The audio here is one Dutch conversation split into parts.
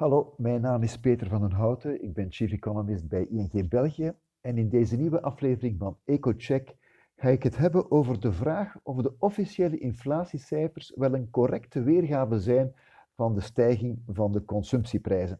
Hallo, mijn naam is Peter van den Houten. Ik ben Chief Economist bij ING België. En in deze nieuwe aflevering van EcoCheck ga ik het hebben over de vraag of de officiële inflatiecijfers wel een correcte weergave zijn van de stijging van de consumptieprijzen.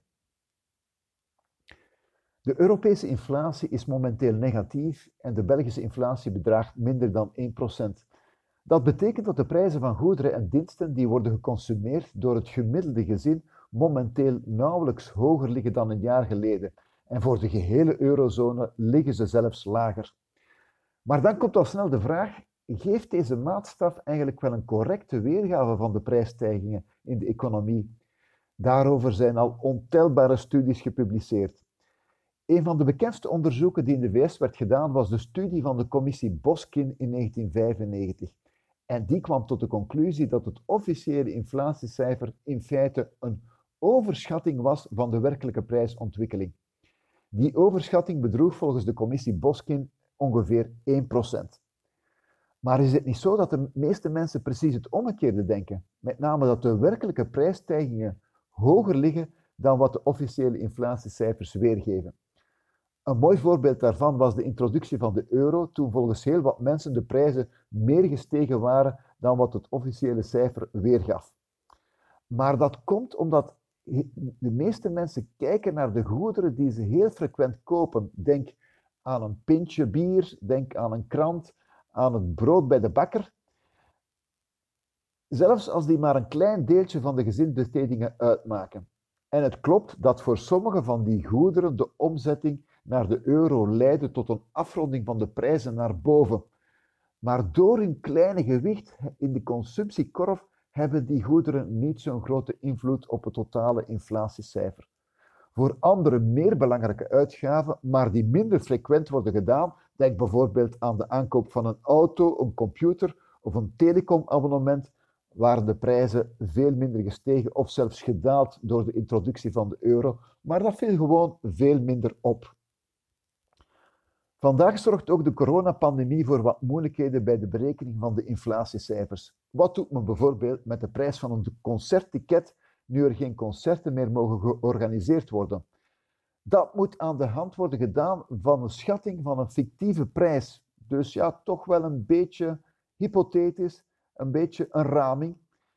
De Europese inflatie is momenteel negatief en de Belgische inflatie bedraagt minder dan 1%. Dat betekent dat de prijzen van goederen en diensten die worden geconsumeerd door het gemiddelde gezin momenteel nauwelijks hoger liggen dan een jaar geleden. En voor de gehele eurozone liggen ze zelfs lager. Maar dan komt al snel de vraag, geeft deze maatstaf eigenlijk wel een correcte weergave van de prijsstijgingen in de economie? Daarover zijn al ontelbare studies gepubliceerd. Een van de bekendste onderzoeken die in de VS werd gedaan was de studie van de commissie Boskin in 1995. En die kwam tot de conclusie dat het officiële inflatiecijfer in feite een overschatting was van de werkelijke prijsontwikkeling. Die overschatting bedroeg volgens de commissie Boskin ongeveer 1%. Maar is het niet zo dat de meeste mensen precies het omgekeerde denken? Met name dat de werkelijke prijsstijgingen hoger liggen dan wat de officiële inflatiecijfers weergeven. Een mooi voorbeeld daarvan was de introductie van de euro, toen volgens heel wat mensen de prijzen meer gestegen waren dan wat het officiële cijfer weergaf. Maar dat komt omdat de meeste mensen kijken naar de goederen die ze heel frequent kopen. Denk aan een pintje bier, denk aan een krant, aan het brood bij de bakker. Zelfs als die maar een klein deeltje van de gezinsbestedingen uitmaken. En het klopt dat voor sommige van die goederen de omzetting naar de euro leidde tot een afronding van de prijzen naar boven. Maar door hun kleine gewicht in de consumptiekorf hebben die goederen niet zo'n grote invloed op het totale inflatiecijfer. Voor andere meer belangrijke uitgaven, maar die minder frequent worden gedaan, denk bijvoorbeeld aan de aankoop van een auto, een computer of een telecomabonnement, waren de prijzen veel minder gestegen of zelfs gedaald door de introductie van de euro, maar dat viel gewoon veel minder op. Vandaag zorgt ook de coronapandemie voor wat moeilijkheden bij de berekening van de inflatiecijfers. Wat doet men bijvoorbeeld met de prijs van een concertticket nu er geen concerten meer mogen georganiseerd worden? Dat moet aan de hand worden gedaan van een schatting van een fictieve prijs. Dus ja, toch wel een beetje hypothetisch, een beetje een raming.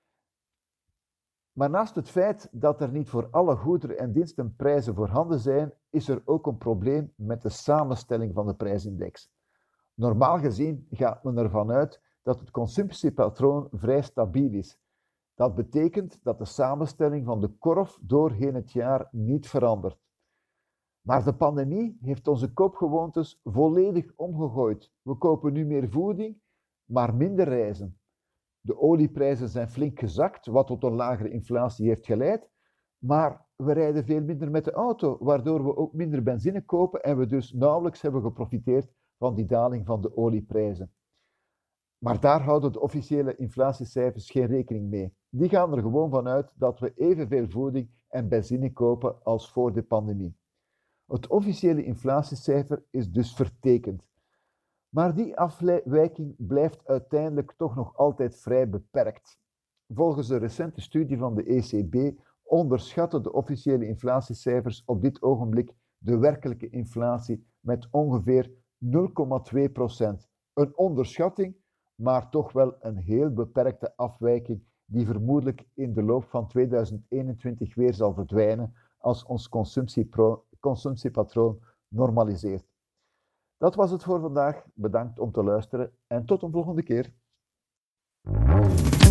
Maar naast het feit dat er niet voor alle goederen en diensten prijzen voorhanden zijn, is er ook een probleem met de samenstelling van de prijsindex. Normaal gezien gaat men ervan uit dat het consumptiepatroon vrij stabiel is. Dat betekent dat de samenstelling van de korf doorheen het jaar niet verandert. Maar de pandemie heeft onze koopgewoontes volledig omgegooid. We kopen nu meer voeding, maar minder reizen. De olieprijzen zijn flink gezakt, wat tot een lagere inflatie heeft geleid, maar we rijden veel minder met de auto, waardoor we ook minder benzine kopen en we dus nauwelijks hebben geprofiteerd van die daling van de olieprijzen. Maar daar houden de officiële inflatiecijfers geen rekening mee. Die gaan er gewoon vanuit dat we evenveel voeding en benzine kopen als voor de pandemie. Het officiële inflatiecijfer is dus vertekend. Maar die afwijking blijft uiteindelijk toch nog altijd vrij beperkt. Volgens een recente studie van de ECB onderschatten de officiële inflatiecijfers op dit ogenblik de werkelijke inflatie met ongeveer 0,2%. Een onderschatting, maar toch wel een heel beperkte afwijking die vermoedelijk in de loop van 2021 weer zal verdwijnen als ons consumptiepatroon normaliseert. Dat was het voor vandaag. Bedankt om te luisteren en tot een volgende keer.